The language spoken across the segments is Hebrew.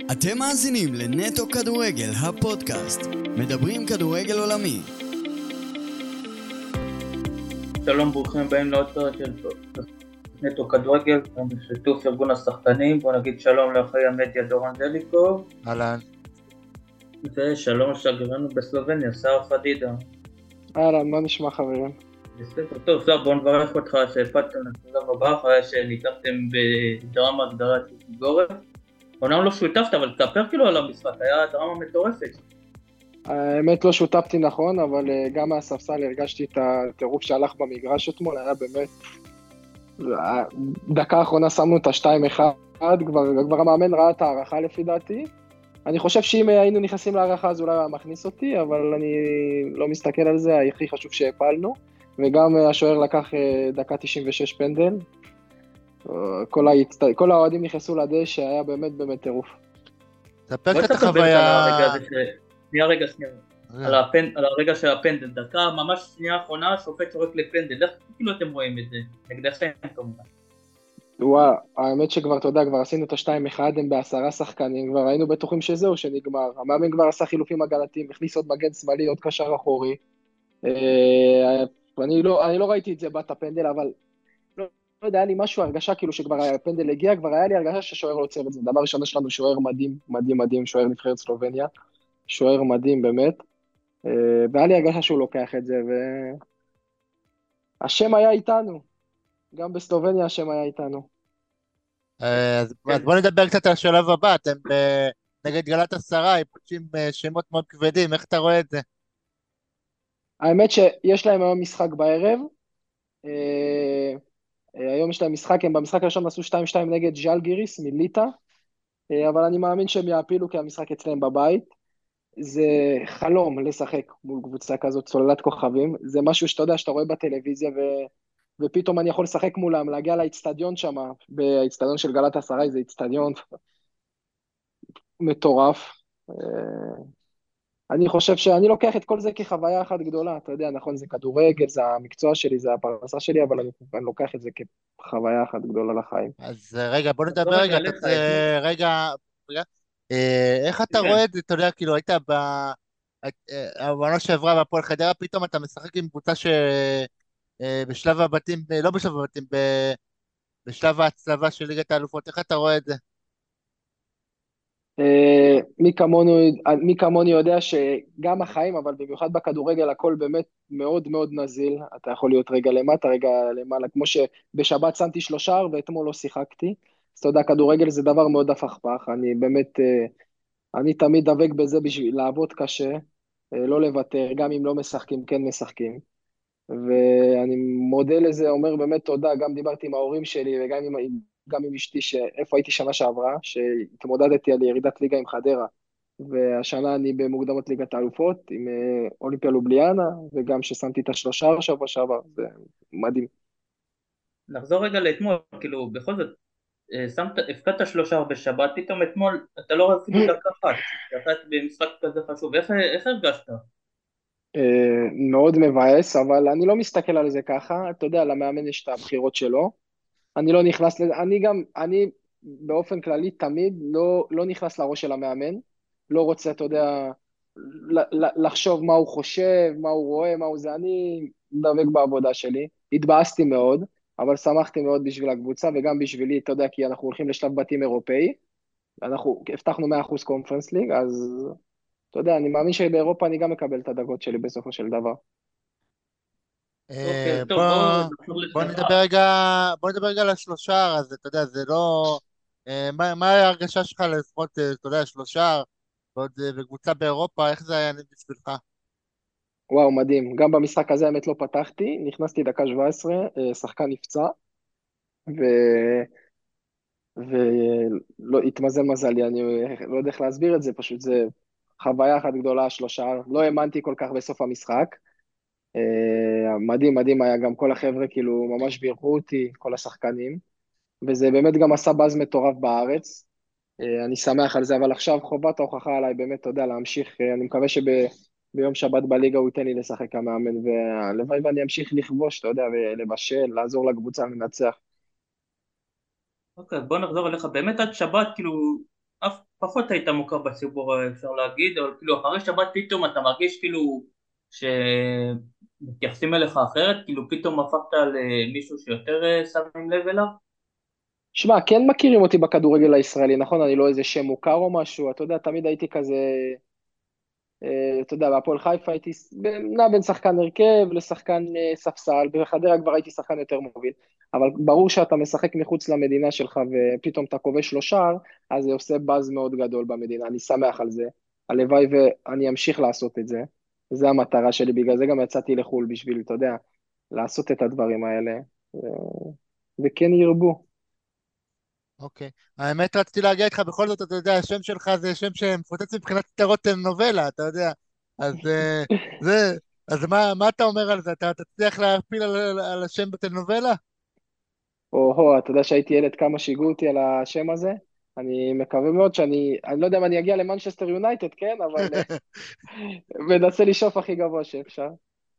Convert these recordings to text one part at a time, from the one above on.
אתם מאזינים לנטו כדורגל, הפודקאסט. מדברים כדורגל עולמי. שלום, ברוכים הבאים לעוד פרק של נטו כדורגל, בשיתוף ארגון השחקנים. בואו נגיד שלום לאחראי המדיה דורון זליקוב. אהלן. ושלום לשגרירנו בסלובניה, שר פדידה. אהלן, מה נשמע חברים? בסדר, טוב, שר, בואו נברך אותך שהפעלתם לסלם הבא אחרי שניצחתם בדרמה הגדרת גורף. אומנם לא שותפת, אבל תספר כאילו על המשחק, היה דרמה מטורפת. האמת לא שותפתי נכון, אבל גם מהספסל הרגשתי את הטירוף שהלך במגרש אתמול, היה באמת... דקה האחרונה שמנו את ה-2-1, כבר המאמן ראה את הערכה לפי דעתי. אני חושב שאם היינו נכנסים לערכה אז אולי היה מכניס אותי, אבל אני לא מסתכל על זה, הכי חשוב שהפלנו. וגם השוער לקח דקה 96 פנדל. כל האוהדים נכנסו לדשא, היה באמת טירוף. תספר קצת החוויה... רגע, על הרגע של הפנדל, דקה, ממש שנייה האחרונה, שופט שורק לפנדל, איך כאילו אתם רואים את זה? נגדכם כמובן. וואו, האמת שכבר, אתה יודע, כבר עשינו את ה-2-1, הם ב10 שחקנים, כבר היינו בטוחים שזהו, שנגמר. המאמן כבר עשה חילופים הגנתיים, הכניס עוד מגן שמאלי, עוד קשר אחורי. אני לא ראיתי את זה בת הפנדל, אבל לא יודע, היה לי משהו, הרגשה כאילו שכבר הפנדל הגיע, כבר היה לי הרגשה שהשוער לא עוצר את זה. דבר ראשון, יש לנו שוער מדהים, שוער נבחרת סלובניה, שוער מדהים באמת, והיה לי הרגשה שהוא לוקח את זה, והשם היה איתנו, גם בסלובניה השם היה איתנו. אז בוא נדבר קצת על השלב הבא, אתם נגד גלאטסראי, פוגשים שמות מאוד כבדים, איך אתה רואה את זה? האמת שיש להם היום משחק בערב, היום יש להם משחק, הם במשחק הראשון עשו 2-2 נגד ז'אלגיריס מליטא, אבל אני מאמין שהם יעפילו כי המשחק אצלם בבית. זה חלום לשחק מול קבוצה כזאת, סוללת כוכבים, זה משהו שאתה יודע, שאתה רואה בטלוויזיה, ופתאום אני יכול לשחק מולם, להגיע לאצטדיון שם, באצטדיון של גלאטסראי, זה אצטדיון מטורף. אני חושב שאני לוקח את כל זה כחוויה אחת גדולה, אתה יודע, נכון, זה כדורגל, זה המקצוע שלי, זה הפרנסה שלי, אבל אני לוקח את זה כחוויה אחת גדולה לחיים. אז רגע, בוא נדבר רגע, איך אתה רואה את זה, אתה יודע, כאילו היית בעונה שעברה בהפועל חדרה, פתאום אתה משחק עם קבוצה שבשלב הבתים, לא בשלב הבתים, בשלב ההצלבה של ליגת האלופות, איך אתה רואה את זה? מי כמוני יודע שגם החיים, אבל במיוחד בכדורגל, הכל באמת מאוד מאוד נזיל. אתה יכול להיות רגע למטה, רגע למעלה, כמו שבשבת שמתי 3 ואתמול לא שיחקתי. אז אתה יודע, כדורגל זה דבר מאוד הפכפך. אני באמת, אני תמיד דבק בזה בשביל לעבוד קשה, לא לוותר, גם אם לא משחקים, כן משחקים. ואני מודה לזה, אומר באמת תודה, גם דיברתי עם ההורים שלי גם עם אשתי, שאיפה הייתי שנה שעברה, שהתמודדתי על ירידת ליגה עם חדרה, והשנה אני במוקדמות ליגת האלופות עם אולימפיה לובליאנה, וגם ששמתי את ה3 שבוע שעבר, זה מדהים. נחזור רגע לאתמול, כאילו בכל זאת, הפקדת 3 בשבת, פתאום אתמול אתה לא רציתי דקה אחת, יחד במשחק כזה חשוב, איך הרגשת? מאוד מבאס, אבל אני לא מסתכל על זה ככה, אתה יודע, למאמן יש את הבחירות שלו, אני לא נכנס לזה, אני באופן כללי תמיד לא נכנס לראש של המאמן, לא רוצה, אתה יודע, לחשוב מה הוא חושב, מה הוא רואה, מה הוא זה, אני דבק בעבודה שלי, התבאסתי מאוד, אבל שמחתי מאוד בשביל הקבוצה, וגם בשבילי, אתה יודע, כי אנחנו הולכים לשלב בתים אירופאי, אנחנו הבטחנו 100% קונפרנס ליג, אז אתה יודע, אני מאמין שבאירופה אני גם מקבל את הדקות שלי בסופו של דבר. אוקיי, טוב, בואו נחזור בוא נדבר רגע על השלושה, אז אתה יודע, זה לא... מה ההרגשה שלך לפחות, אתה יודע, שלושה, ועוד בקבוצה באירופה, איך זה היה בשבילך? וואו, מדהים. גם במשחק הזה האמת לא פתחתי, נכנסתי דקה 17, שחקן נפצע, ולא התמזל מזלי, אני לא יודע איך להסביר את זה, פשוט זה חוויה אחת גדולה, 3, לא האמנתי כל כך בסוף המשחק. מדהים היה, גם כל החבר'ה כאילו ממש בירכו אותי, כל השחקנים, וזה באמת גם עשה באז מטורף בארץ. אני שמח על זה, אבל עכשיו חובת ההוכחה עליי באמת, אתה יודע, להמשיך, אני מקווה שביום שבת בליגה הוא ייתן לי לשחק המאמן, והלוואי ואני אמשיך לכבוש, אתה יודע, ולבשל, לעזור לקבוצה לנצח. אוקיי, בוא נחזור אליך, באמת עד שבת, כאילו, פחות היית מוכר בציבור אפשר להגיד, אבל כאילו אחרי שבת פתאום אתה מרגיש כאילו שמתייחסים אליך אחרת, כאילו פתאום הפכת למישהו שיותר שמים לב אליו. שמע, כן מכירים אותי בכדורגל הישראלי, נכון? אני לא איזה שם מוכר או משהו, אתה יודע, תמיד הייתי כזה, אתה יודע, בהפועל חיפה הייתי נע בין שחקן הרכב לשחקן ספסל, בחדרה כבר הייתי שחקן יותר מוביל, אבל ברור שאתה משחק מחוץ למדינה שלך ופתאום אתה כובש לו שער, אז זה עושה באז מאוד גדול במדינה, אני שמח על זה, הלוואי ואני אמשיך לעשות את זה, זה המטרה שלי, בגלל זה גם יצאתי לחו"ל בשביל, אתה יודע, לעשות את הדברים האלה, וכן ירבו. אוקיי. האמת רציתי להגיע איתך, בכל זאת, אתה יודע, השם שלך זה שם שמפוצץ מבחינת סדרות טלנובלה, אתה יודע. אז זה, אז מה אתה אומר על זה? אתה תצליח להפיל על השם בטלנובלה? או, אתה יודע שהייתי ילד כמה שיגעו אותי על השם הזה? אני מקווה מאוד אני לא יודע אם אני אגיע למנצ'סטר יונייטד, כן? אבל מנסה לשאוף הכי גבוה שאפשר.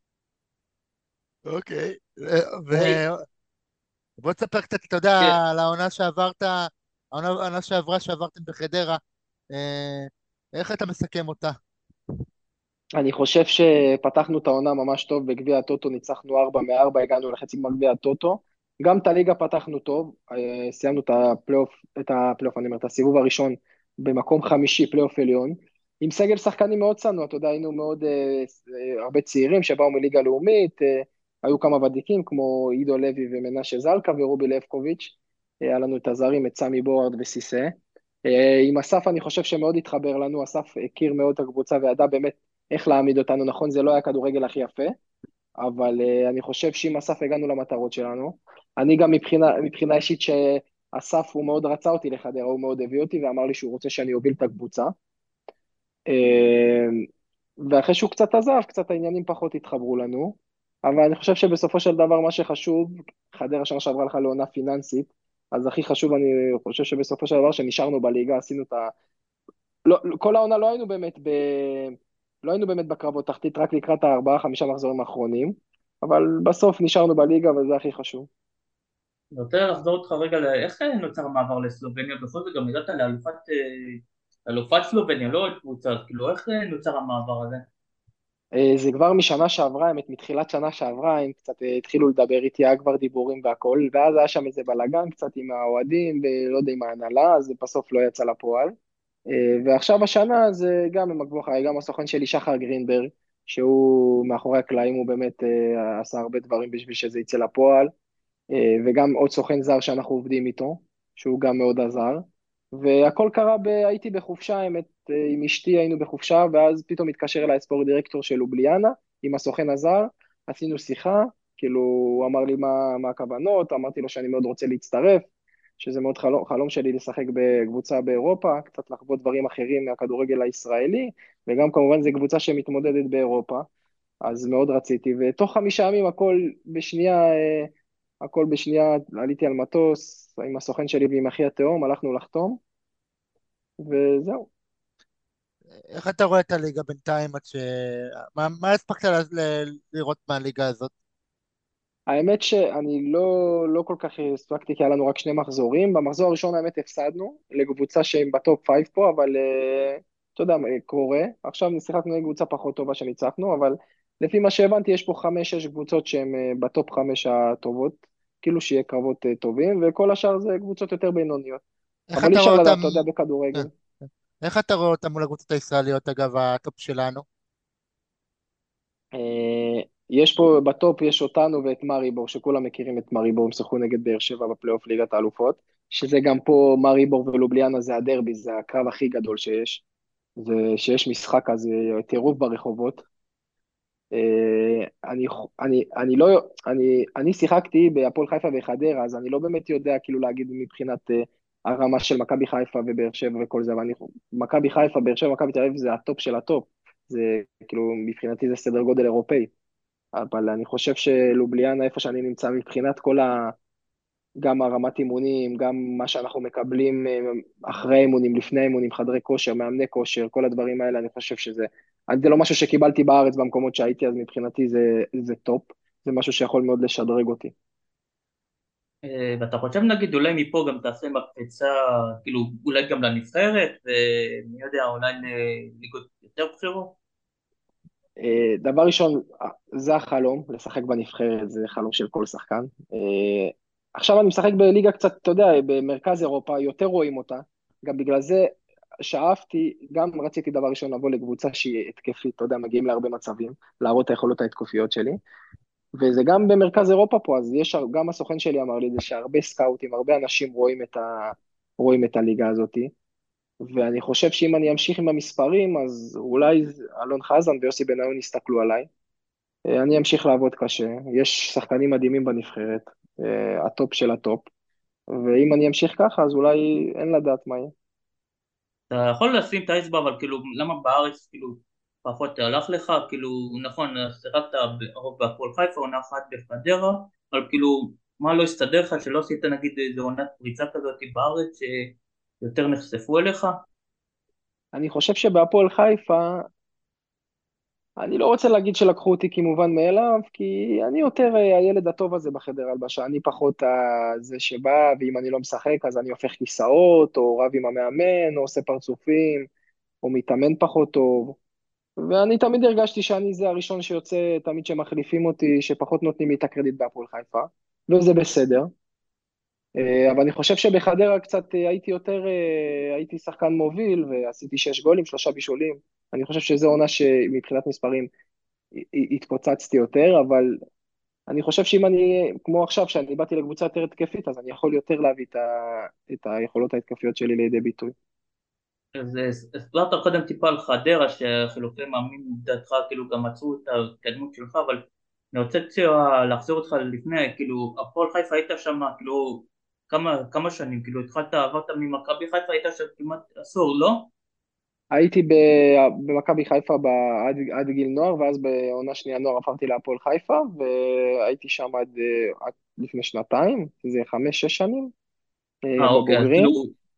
אוקיי. היי, ובוא תספר קצת, אתה יודע, כן, על העונה שעברת, העונה שעברה שעברתם בחדרה. אה, איך אתה מסכם אותה? אני חושב שפתחנו את העונה ממש טוב בגביע הטוטו, ניצחנו 4 מ-4, הגענו לחצי גמר גביע הטוטו. גם את הליגה פתחנו טוב, סיימנו את הפלייאוף, אני אומר, את הסיבוב הראשון במקום חמישי, פלייאוף עליון, עם סגל שחקנים מאוד צנוע, אתה יודע, היינו מאוד, הרבה צעירים שבאו מליגה לאומית, היו כמה ותיקים כמו עידו לוי ומנשה זלקה ורובי לבקוביץ', היה לנו את הזרים, את סמי בורארד וסיסא. עם אסף אני חושב שמאוד התחבר לנו, אסף הכיר מאוד את הקבוצה וידע באמת איך להעמיד אותנו, נכון, זה לא היה כדורגל הכי יפה, אבל אני חושב שעם אסף הגענו למטרות שלנו. אני גם מבחינה אישית שאסף הוא מאוד רצה אותי לחדרה, הוא מאוד הביא אותי ואמר לי שהוא רוצה שאני אוביל את הקבוצה. אה, ואחרי שהוא קצת עזב, קצת העניינים פחות התחברו לנו, אבל אני חושב שבסופו של דבר מה שחשוב, חדרה שנה שעברה לך לעונה פיננסית, אז הכי חשוב, אני חושב שבסופו של דבר שנשארנו בליגה, עשינו את לא, כל העונה לא היינו באמת בקרבות תחתית, רק לקראת הארבעה, חמישה מחזורים האחרונים, אבל בסוף נשארנו בליגה וזה הכי חשוב. אני רוצה לחזור אותך רגע לאיך נוצר המעבר לסלובניה, בכל זאת גם הגעת אלופת סלובניה, לא עוד קבוצה, אז כאילו איך נוצר המעבר הזה? זה כבר משנה שעברה, האמת, מתחילת שנה שעברה, הם קצת התחילו לדבר איתי, היה כבר דיבורים והכל, ואז היה שם איזה בלאגן קצת עם האוהדים, ולא יודע, עם ההנהלה, אז זה בסוף לא יצא לפועל. ועכשיו השנה זה גם עם הגבוה, גם הסוכן שלי שחר גרינברג, שהוא מאחורי הקלעים, הוא באמת עשה הרבה דברים בשביל שזה יצא לפועל. וגם עוד סוכן זר שאנחנו עובדים איתו, שהוא גם מאוד עזר, והכל קרה, הייתי בחופשה, האמת, עם אשתי היינו בחופשה, ואז פתאום התקשר אליי ספורט דירקטור של לובליאנה, עם הסוכן הזר, עשינו שיחה, כאילו, הוא אמר לי מה הכוונות, אמרתי לו שאני מאוד רוצה להצטרף, שזה מאוד חלום שלי לשחק בקבוצה באירופה, קצת לחוות דברים אחרים מהכדורגל הישראלי, וגם כמובן זו קבוצה שמתמודדת באירופה, אז מאוד רציתי, ותוך 5 ימים הכל בשנייה, עליתי על מטוס עם הסוכן שלי ועם אחי התאום, הלכנו לחתום, וזהו. איך אתה רואה את הליגה בינתיים מה הספקת לראות מהליגה הזאת? האמת שאני לא כל כך הספקתי, כי היה לנו רק 2 מחזורים. במחזור הראשון האמת הפסדנו לקבוצה שהם בטופ 5 פה, אבל אתה יודע, קורה. עכשיו שיחקנו עם קבוצה פחות טובה שניצחנו, אבל לפי מה שהבנתי, יש פה 5-6 קבוצות שהן בטופ 5 הטובות, כאילו שיהיה קרבות טובים, וכל השאר זה קבוצות יותר בינוניות. איך אבל אי אתה רואה אפשר לדעת, אותם, אתה יודע, אה, בכדורגל. איך אתה רואה אותם מול הקבוצות הישראליות, אגב, הטופ שלנו? יש פה בטופ, יש אותנו ואת מאריבור, שכולם מכירים את מאריבור, הם שיחקו נגד באר שבע בפלייאוף ליגת האלופות, שזה גם פה מאריבור ולובליאנה זה הדרבי, זה הקרב הכי גדול שיש, ושיש משחק כזה, טירוף ברחובות. אני לא, אני שיחקתי בהפועל חיפה וחדרה, אז אני לא באמת יודע כאילו להגיד מבחינת הרמה של מכבי חיפה ובאר שבע וכל זה, אבל מכבי חיפה, באר שבע, מכבי תל אביב זה הטופ של הטופ, זה כאילו מבחינתי זה סדר גודל אירופאי. אבל אני חושב שלובליאנה, איפה שאני נמצא מבחינת גם הרמת אימונים, גם מה שאנחנו מקבלים אחרי האימונים, לפני האימונים, חדרי כושר, מאמני כושר, כל הדברים האלה, אני חושב זה לא משהו שקיבלתי בארץ במקומות שהייתי, אז מבחינתי זה טופ, זה משהו שיכול מאוד לשדרג אותי. ואתה חושב נגיד אולי מפה גם תעשה מקפצה, כאילו אולי גם לנבחרת, ומי יודע אולי לליגות יותר בכירות? דבר ראשון, זה החלום, לשחק בנבחרת, זה חלום של כל שחקן. עכשיו אני משחק בליגה קצת, אתה יודע, במרכז אירופה, יותר רואים אותה. גם בגלל זה שאפתי, גם רציתי דבר ראשון לבוא לקבוצה שהיא התקפית, אתה יודע, מגיעים להרבה מצבים, להראות את היכולות ההתקפיות שלי. וזה גם במרכז אירופה פה, אז יש, גם הסוכן שלי אמר לי, זה שהרבה סקאוטים, הרבה אנשים רואים את הליגה הזאת. ואני חושב שאם אני אמשיך עם המספרים, אז אולי אלון חזן ויוסי בניון יסתכלו עליי. אני אמשיך לעבוד קשה, יש שחקנים מדהימים בנבחרת, הטופ של הטופ, ואם אני אמשיך ככה, אז אולי אין לדעת מה יהיה. אתה יכול לשים את האצבע, אבל כאילו למה בארץ כאילו פחות הלך לך, כאילו נכון, שיחקת הרוב בהפועל חיפה, עונה אחת בחדרה, אבל כאילו מה לא הסתדר לך שלא עשית נגיד איזו עונת פריצה כזאת בארץ שיותר נחשפו אליך? אני חושב שבהפועל חיפה, אני לא רוצה להגיד שלקחו אותי כמובן מאליו, כי אני יותר הילד הטוב הזה בחדר הלבשה, אני פחות זה שבא, ואם אני לא משחק אז אני הופך כיסאות, או רב עם המאמן, או עושה פרצופים, או מתאמן פחות טוב. ואני תמיד הרגשתי שאני זה הראשון שיוצא, תמיד שמחליפים אותי, שפחות נותנים לי את הקרדיט בהפועל חיפה, וזה בסדר. אבל אני חושב שבחדרה קצת הייתי יותר, הייתי שחקן מוביל, ועשיתי 6 גולים, 3 בישולים. אני חושב שזו עונה שמבחינת מספרים התפוצצתי יותר, אבל אני חושב שאם אני, כמו עכשיו, שאני באתי לקבוצה יותר התקפית, אז אני יכול יותר להביא את היכולות ההתקפיות שלי לידי ביטוי. אז הסברת קודם טיפה על חדרה שחילופי מאמנים לדעתך כאילו גם עצרו את ההתקדמות שלך, אבל אני רוצה לחזור אותך לפני, כאילו הפועל חיפה היית שם כאילו כמה שנים, כאילו התחלת, עברת ממכבי חיפה, היית שם כמעט עשור, לא? הייתי במכבי חיפה עד גיל נוער, ואז בעונה שנייה נוער עברתי להפועל חיפה, והייתי שם עד לפני שנתיים, זה 5-6 שנים, אוקיי, אז כאילו, בבוגרים.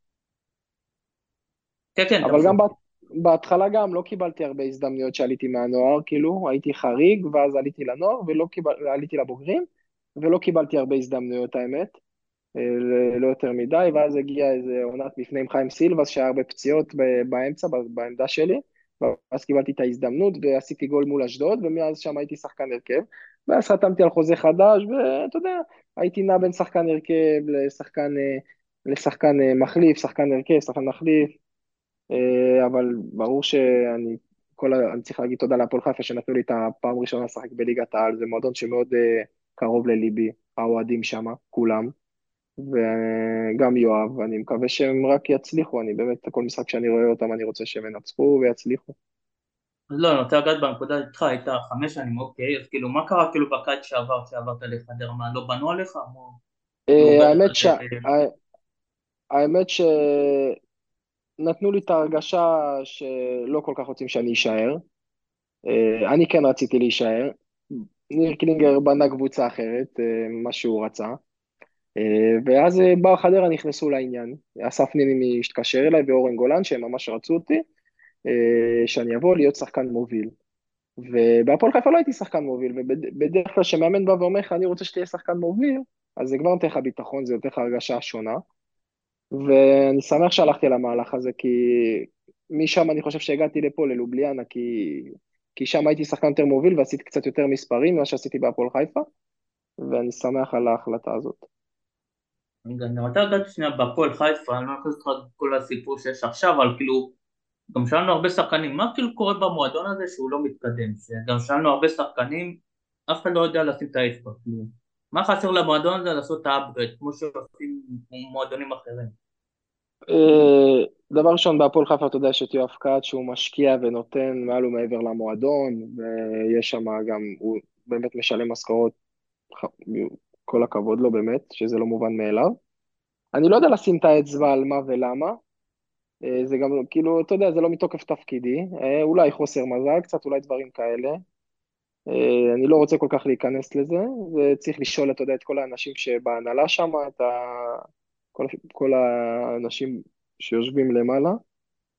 כן כן אבל גם תמשיך. בהתחלה גם לא קיבלתי הרבה הזדמנויות שעליתי מהנוער, כאילו, הייתי חריג, ואז עליתי לנוער, עליתי לבוגרים, ולא קיבלתי הרבה הזדמנויות, האמת. לא יותר מדי, ואז הגיעה איזה עונת מפנה עם חיים סילבס, שהיה הרבה פציעות באמצע, בעמדה שלי, ואז קיבלתי את ההזדמנות, ועשיתי גול מול אשדוד, ומאז שם הייתי שחקן הרכב, ואז חתמתי על חוזה חדש, ואתה יודע, הייתי נע בין שחקן הרכב לשחקן מחליף, שחקן הרכב, שחקן מחליף, אבל ברור אני צריך להגיד תודה להפועל חיפה, שנתנו לי את הפעם הראשונה לשחק בליגת העל, זה מועדון שמאוד קרוב לליבי, האוהדים שם, כולם. וגם יואב, אני מקווה שהם רק יצליחו, אני באמת, כל משחק שאני רואה אותם, אני רוצה שהם ינצחו ויצליחו. אז לא, אני רוצה לגעת בנקודה איתך, היית 5 שנים, אוקיי, אז כאילו מה קרה כאילו בקיץ שעברת לחדרה, מה לא בנו עליך? כאילו בטח האמת ש... כזה, האמת שנתנו לי את ההרגשה שלא כל כך רוצים שאני אשאר. אני כן רציתי להישאר. ניר קלינגר בנה קבוצה אחרת, מה שהוא רצה. ואז בר חדרה נכנסו לעניין. אסף ניני השתקשר אליי ואורן גולן, שהם ממש רצו אותי, שאני אבוא להיות שחקן מוביל. ובהפועל חיפה לא הייתי שחקן מוביל, ובדרך כלל כשמאמן בא ואומר לך, אני רוצה שתהיה שחקן מוביל, אז זה כבר נותן לך ביטחון, זה נותן לך הרגשה שונה. ואני שמח שהלכתי על המהלך הזה, כי משם אני חושב שהגעתי לפה, ללובליאנה, כי שם הייתי שחקן יותר מוביל ועשיתי קצת יותר מספרים ממה שעשיתי בהפועל חיפה, ואני שמח על ההחלטה הזאת. אני רוצה לדעת שנייה בהפועל חיפה, אני לא אכנס אותך כל הסיפור שיש עכשיו, אבל כאילו גם שאלנו הרבה שחקנים, מה כאילו קורה במועדון הזה שהוא לא מתקדם? גם שאלנו הרבה שחקנים, אף אחד לא יודע לשים את האצבע, כאילו מה חסר למועדון הזה לעשות את האפגרייד, כמו שעושים מועדונים אחרים? דבר ראשון, בהפועל חיפה אתה יודע שאת יואב כץ שהוא משקיע ונותן מעל ומעבר למועדון, ויש שם גם, הוא באמת משלם משכורות, כל הכבוד לו באמת, שזה לא מובן מאליו. אני לא יודע לשים את האצבע על מה ולמה, זה גם כאילו, אתה יודע, זה לא מתוקף תפקידי, אולי חוסר מזל קצת, אולי דברים כאלה. אני לא רוצה כל כך להיכנס לזה, וצריך לשאול, אתה יודע, את כל האנשים שבהנהלה שם, כל האנשים שיושבים למעלה.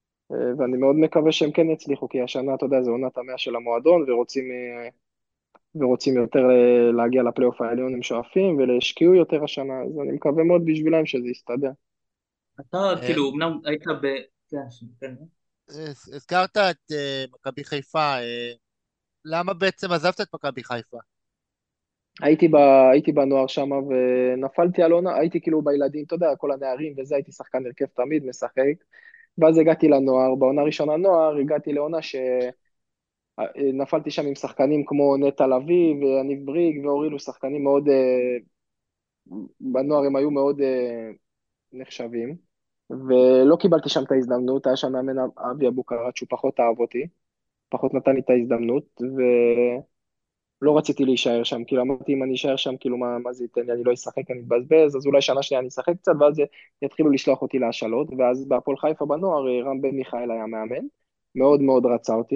ואני מאוד מקווה שהם כן יצליחו, כי השנה, אתה יודע, זו עונת 100 של המועדון, ורוצים ורוצים יותר להגיע לפלייאוף העליון, הם שואפים ולהשקיעו יותר השנה, אז אני מקווה מאוד בשבילם שזה יסתדר. אתה אה, כאילו, אמנם היית כן, כן. הזכרת את מכבי חיפה, למה בעצם עזבת את מכבי חיפה? הייתי בנוער שם ונפלתי על עונה, הייתי כאילו בילדים, אתה יודע, כל הנערים וזה, הייתי שחקן הרכב תמיד, משחק. ואז הגעתי לנוער, בעונה הראשונה נוער, הגעתי לעונה שנפלתי שם עם שחקנים כמו נטע לביא ויניב בריג ואורילו, שחקנים מאוד, בנוער הם היו מאוד נחשבים, ולא קיבלתי שם את ההזדמנות, היה שם מאמן אבי אבוקרט שהוא פחות אהב אותי, פחות נתן לי את ההזדמנות, ולא רציתי להישאר שם, כאילו אמרתי אם אני אשאר שם, כאילו מה זה ייתן לי, אני לא אשחק, אני אתבזבז, אז אולי שנה שנייה אני אשחק קצת, ואז יתחילו לשלוח אותי להשאלות, ואז בהפועל חיפה בנוער רם בן מיכאל היה מאמן, מאוד מאוד רצה אותי,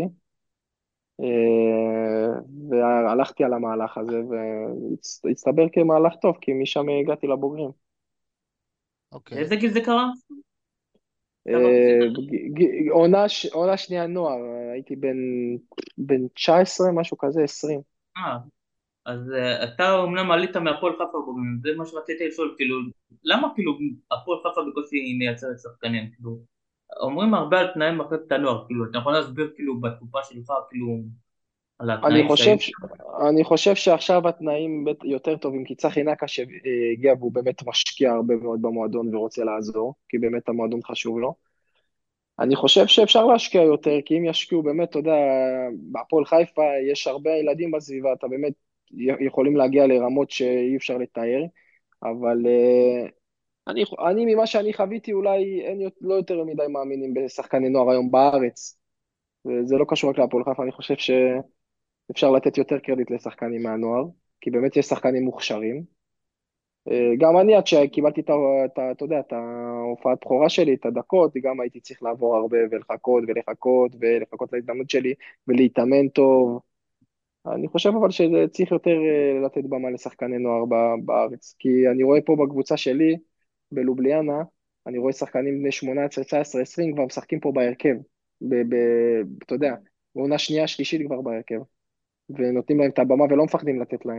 והלכתי על המהלך הזה, והצטבר כמהלך טוב, כי משם הגעתי לבוגרים. אוקיי. באיזה גיל זה קרה? אתה רצית? עונה שנייה נוער, הייתי בן 19, משהו כזה, 20. אה, אז אתה אמנם עלית מהפועל חיפה בוגרים, זה מה שרציתי לשאול, כאילו, למה כאילו הפועל חיפה בקושי מייצרת שחקנים, כאילו, אומרים הרבה על תנאים מחלקת הנוער, כאילו, אתה יכול להסביר כאילו בתקופה שלך, כאילו, על אני התנאים חושב, שהיו ש- שם? אני חושב שעכשיו התנאים יותר טובים, כי צחי נקש שהגיע והוא באמת משקיע הרבה מאוד במועדון ורוצה לעזור, כי באמת המועדון חשוב לו. אני חושב שאפשר להשקיע יותר, כי אם ישקיעו באמת, אתה יודע, בהפועל חיפה יש הרבה ילדים בסביבה, אתה באמת יכולים להגיע לרמות שאי אפשר לתאר, אבל אני ממה שאני חוויתי, אולי אין לא יותר מדי מאמינים בשחקני נוער היום בארץ. וזה לא קשור רק להפועל חיפה, אני חושב שאפשר לתת יותר קרדיט לשחקנים מהנוער, כי באמת יש שחקנים מוכשרים. גם אני, עד שקיבלתי אתה יודע, את ההופעת בכורה שלי, את הדקות, גם הייתי צריך לעבור הרבה ולחכות ולחכות ולחכות להזדמנות שלי ולהתאמן טוב. אני חושב אבל שזה צריך יותר לתת במה לשחקני נוער בארץ, כי אני רואה פה בקבוצה שלי, בלובליאנה, אני רואה שחקנים בני 18, 19, 20 כבר משחקים פה בהרכב, אתה יודע, בעונה שנייה, שלישית כבר בהרכב, ונותנים להם את הבמה ולא מפחדים לתת להם.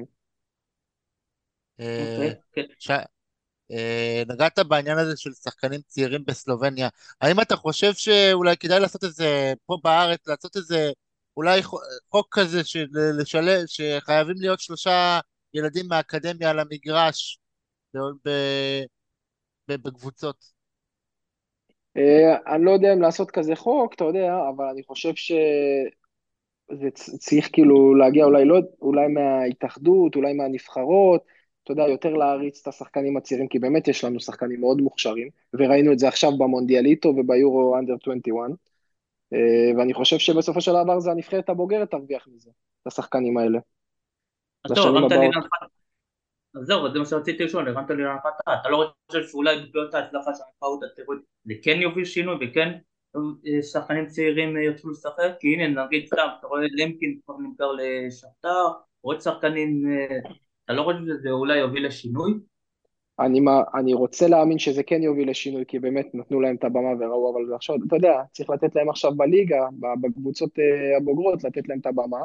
אה, אוקיי, כן. ש... נגעת בעניין הזה של שחקנים צעירים בסלובניה. האם אתה חושב שאולי כדאי לעשות איזה, פה בארץ, לעשות איזה, אולי חוק כזה שחייבים להיות 3 ילדים מהאקדמיה על המגרש ב... ב... בקבוצות? אני לא יודע אם לעשות כזה חוק, אתה יודע, אבל אני חושב זה צריך כאילו להגיע אולי לא, אולי מההתאחדות, אולי מהנבחרות, אתה יודע, יותר להריץ את השחקנים הצעירים, כי באמת יש לנו שחקנים מאוד מוכשרים, וראינו את זה עכשיו במונדיאליטו וביורו אנדר 21, ואני חושב שבסופו של דבר זה הנבחרת הבוגרת תרוויח מזה, את השחקנים האלה, אז טוב, לשנים הרמת לי הבאות. להנחתה, אז זהו, זה מה שרציתי לשאול, הרמת לי להנחתה, אתה לא חושב שאולי בעקבות ההצלחה של הנבחרות הצעירות זה כן יוביל שינוי וכן שחקנים צעירים יתחילו לשחק? כי הנה נגיד סתם, אתה רואה למקין כבר נמכר לשכתר, עוד שחקנים, אתה לא חושב שזה אולי יוביל לשינוי? אני רוצה להאמין שזה כן יוביל לשינוי, כי באמת נתנו להם את הבמה וראו, אבל עכשיו, אתה יודע, צריך לתת להם עכשיו בליגה, בקבוצות הבוגרות, לתת להם את הבמה.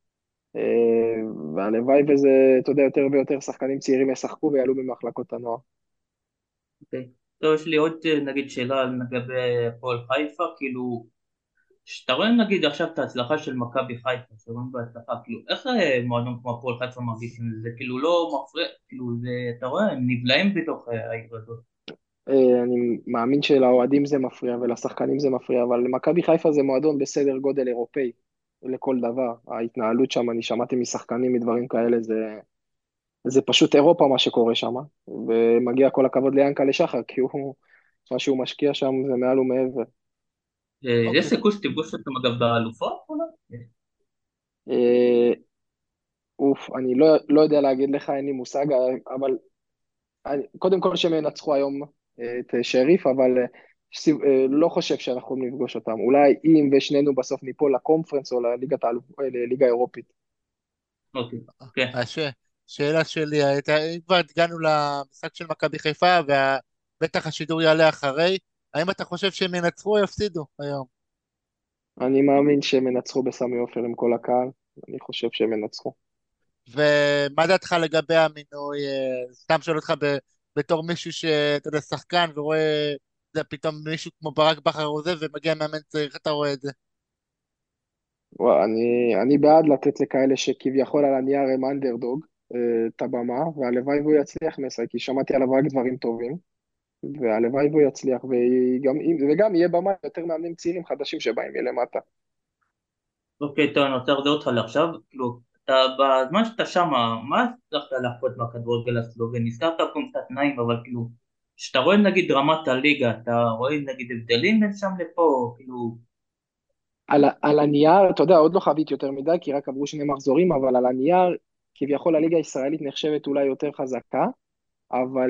והלוואי וזה, אתה יודע, יותר ויותר שחקנים צעירים ישחקו ויעלו במחלקות הנוער. אוקיי. טוב, יש לי עוד נגיד שאלה לגבי הפועל חיפה, כאילו, שאתה רואה נגיד עכשיו את ההצלחה של מכבי חיפה, שרואים בהצלחה, כאילו, איך מועדון כמו הפועל חיפה מרגיש עם זה? זה כאילו לא מפריע, כאילו, זה, אתה רואה, הם נבלעים בתוך העיר הזאת. אני מאמין שלאוהדים זה מפריע ולשחקנים זה מפריע, אבל למכבי חיפה זה מועדון בסדר גודל אירופאי לכל דבר. ההתנהלות שם, אני שמעתי משחקנים מדברים כאלה, זה פשוט אירופה מה שקורה שם, ומגיע כל הכבוד ליענקל'ה שחר, כי מה שהוא משקיע שם זה מעל ומעבר. יש אוקיי. סיכוי שתפגוש אותם אגב באלופות? אולי? אה, אוף, אני לא יודע להגיד לך, אין לי מושג, אבל קודם כל שהם ינצחו היום את שריף, אבל לא חושב שאנחנו יכולים לפגוש אותם. אולי אם ושנינו בסוף ניפול לקונפרנס או לליגה האירופית. אוקיי, כן. הש... שאלה שלי, אם כבר הגענו למשחק של מכבי חיפה, ובטח השידור יעלה אחרי, האם אתה חושב שהם ינצחו או יפסידו היום? אני מאמין שהם ינצחו בסמי עופר עם כל הקהל, אני חושב שהם ינצחו. ומה דעתך לגבי המינוי, סתם שואל אותך בתור מישהו שאתה יודע, שחקן ורואה, אתה יודע, פתאום מישהו כמו ברק בכר וזה, ומגיע מאמן צעיר, איך אתה רואה את זה? אני בעד לתת לכאלה שכביכול על הנייר הם אנדרדוג את הבמה, והלוואי והוא יצליח מסי, כי שמעתי עליו רק דברים טובים, והלוואי והוא יצליח, וגם יהיה במה יותר מאמנים צעירים חדשים שבאים מלמטה. אוקיי, טוב, אני רוצה להחזיר אותך לעכשיו, כאילו, בזמן שאתה שמה, מה הצלחת לחוות בכדורגל הסלובני? הזכרת פה קצת תנאים, אבל כאילו, כשאתה רואה נגיד רמת הליגה, אתה רואה נגיד הבדלים בין שם לפה, כאילו, על הנייר, אתה יודע, עוד לא חוויתי יותר מדי, כי רק עברו 2 מחזורים, אבל על הנייר, כביכול הליגה הישראלית נחשבת אולי יותר חזקה, אבל,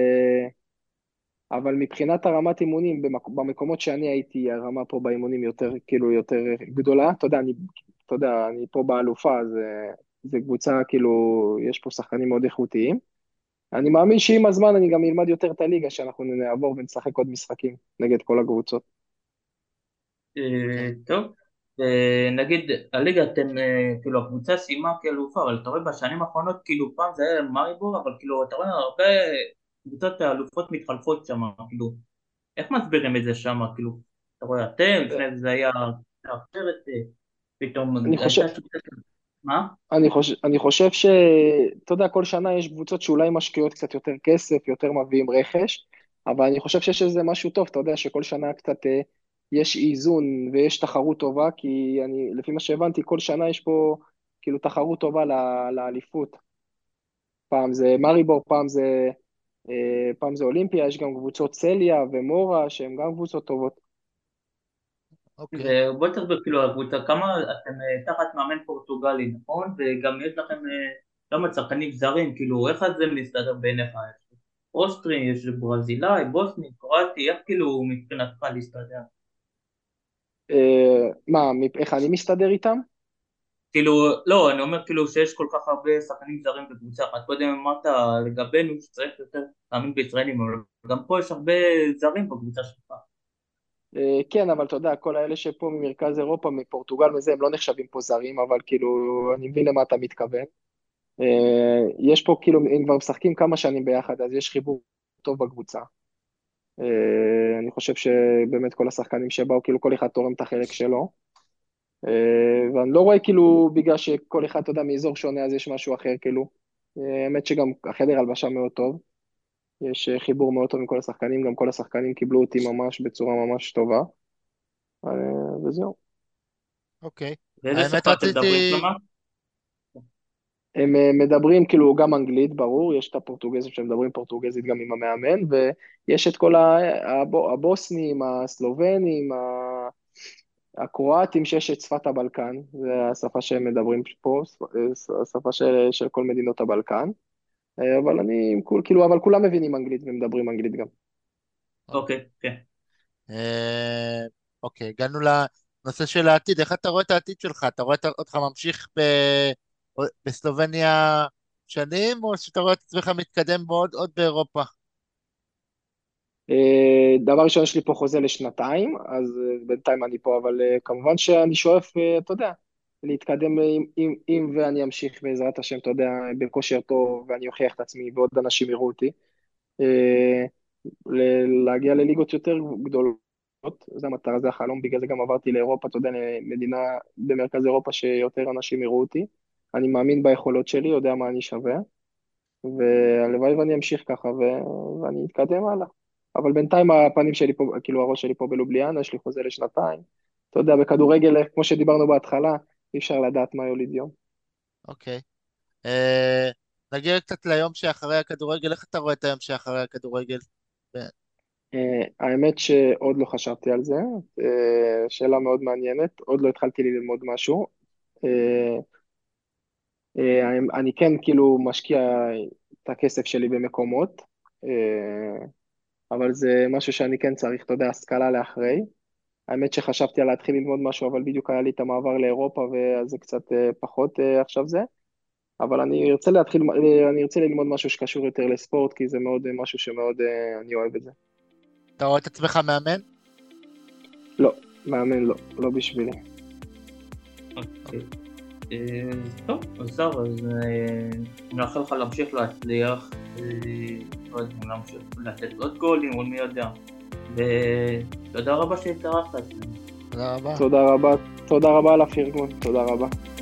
אבל מבחינת הרמת אימונים, במקומות שאני הייתי, הרמה פה באימונים יותר, כאילו, יותר גדולה. אתה יודע, אני פה באלופה, אז זה קבוצה, כאילו, יש פה שחקנים מאוד איכותיים. אני מאמין שעם הזמן אני גם אלמד יותר את הליגה, שאנחנו נעבור ונשחק עוד משחקים נגד כל הקבוצות. אוקיי. טוב, נגיד הליגה אתם, כאילו הקבוצה סיימה כאלופה, אבל אתה רואה בשנים האחרונות כאילו פעם זה היה מאריבור, אבל כאילו אתה רואה הרבה קבוצות האלופות מתחלפות שם, כאילו איך מסבירים את זה שם, כאילו אתה רואה אתם, לפני זה היה אחרת, פתאום אני חושב, הייתה שותפת, מה? אני חושב אתה יודע, כל שנה יש קבוצות שאולי משקיעות קצת יותר כסף, יותר מביאים רכש, אבל אני חושב שיש איזה משהו טוב, אתה יודע, שכל שנה קצת יש איזון ויש תחרות טובה, כי לפי מה שהבנתי, כל שנה יש פה כאילו תחרות טובה לאליפות. פעם זה מאריבור, פעם זה אולימפיה, יש גם קבוצות סליה ומורה, שהן גם קבוצות טובות. אוקיי. ובוא תסביר כאילו הקבוצה, כמה אתם תחת מאמן פורטוגלי, נכון? וגם יש לכם כמה שחקנים זרים, כאילו איך זה מסתדר בעיניך? יש אוסטרי, יש ברזילאי, בוסני, קרואטי, איך כאילו מבחינתך להסתדר? איך אני מסתדר איתם? כאילו, לא, אני אומר כאילו שיש כל כך הרבה שחקנים זרים בקבוצה אחת. קודם אמרת לגבינו שצריך יותר להאמין בישראלים, אבל גם פה יש הרבה זרים בקבוצה שלך. כן, אבל אתה יודע, כל האלה שפה ממרכז אירופה, מפורטוגל וזה, הם לא נחשבים פה זרים, אבל כאילו, אני מבין למה אתה מתכוון. יש פה כאילו, אם כבר משחקים כמה שנים ביחד, אז יש חיבור טוב בקבוצה. אני חושב שבאמת כל השחקנים שבאו, כאילו כל אחד תורם את החלק שלו. ואני לא רואה כאילו, בגלל שכל אחד, אתה יודע, מאזור שונה, אז יש משהו אחר, כאילו. האמת שגם החדר הלבשה מאוד טוב. יש חיבור מאוד טוב עם כל השחקנים, גם כל השחקנים קיבלו אותי ממש בצורה ממש טובה. וזהו. אוקיי. ואיזה האמת שפה אתם מדברים? רציתי, כלומר? הם מדברים כאילו גם אנגלית, ברור, יש את הפורטוגזים שמדברים פורטוגזית גם עם המאמן, ויש את כל הבוסנים, הסלובנים, הקרואטים, שיש את שפת הבלקן, זה השפה שהם מדברים פה, השפה של כל מדינות הבלקן, אבל כולם מבינים אנגלית ומדברים אנגלית גם. אוקיי, כן. אה, אוקיי, הגענו לנושא של העתיד. איך אתה רואה את העתיד שלך? אתה רואה אותך ממשיך בסלובניה שנים, או שאתה רואה את עצמך מתקדם עוד באירופה? דבר ראשון, יש לי פה חוזה לשנתיים, אז בינתיים אני פה, אבל כמובן שאני שואף, אתה יודע, להתקדם אם ואני אמשיך בעזרת השם, אתה יודע, בכושר טוב, ואני אוכיח את עצמי ועוד אנשים יראו אותי, אה, להגיע לליגות יותר גדולות, זה המטרה, זה החלום, בגלל זה גם עברתי לאירופה, אתה יודע, למדינה במרכז אירופה שיותר אנשים יראו אותי, אני מאמין ביכולות שלי, יודע מה אני שווה, והלוואי ואני אמשיך ככה ואני אתקדם הלאה. אבל בינתיים הפנים שלי פה, כאילו הראש שלי פה בלובליאנה, יש לי חוזה לשנתיים. אתה יודע, בכדורגל, כמו שדיברנו בהתחלה, אי אפשר לדעת מה יוליד יום. אוקיי. נגיע קצת ליום שאחרי הכדורגל. איך אתה רואה את היום שאחרי הכדורגל? האמת שעוד לא חשבתי על זה, שאלה מאוד מעניינת, עוד לא התחלתי ללמוד משהו. אה, אני כן כאילו משקיע את הכסף שלי במקומות, אבל זה משהו שאני כן צריך, אתה יודע, השכלה לאחרי. האמת שחשבתי על להתחיל ללמוד משהו, אבל בדיוק היה לי את המעבר לאירופה, ואז זה קצת פחות עכשיו זה. אבל אני ארצה ללמוד משהו שקשור יותר לספורט, כי זה מאוד משהו שמאוד אני אוהב את זה. אתה רואה את עצמך מאמן? לא, מאמן לא, לא בשבילי. אוקיי. טוב, אז טוב, אז אני מאחל לך להמשיך להצליח, להמשיך לתת עוד גולים, עוד מי יודע. ותודה רבה שהתארחת. תודה רבה. תודה רבה על הפרגון, תודה רבה.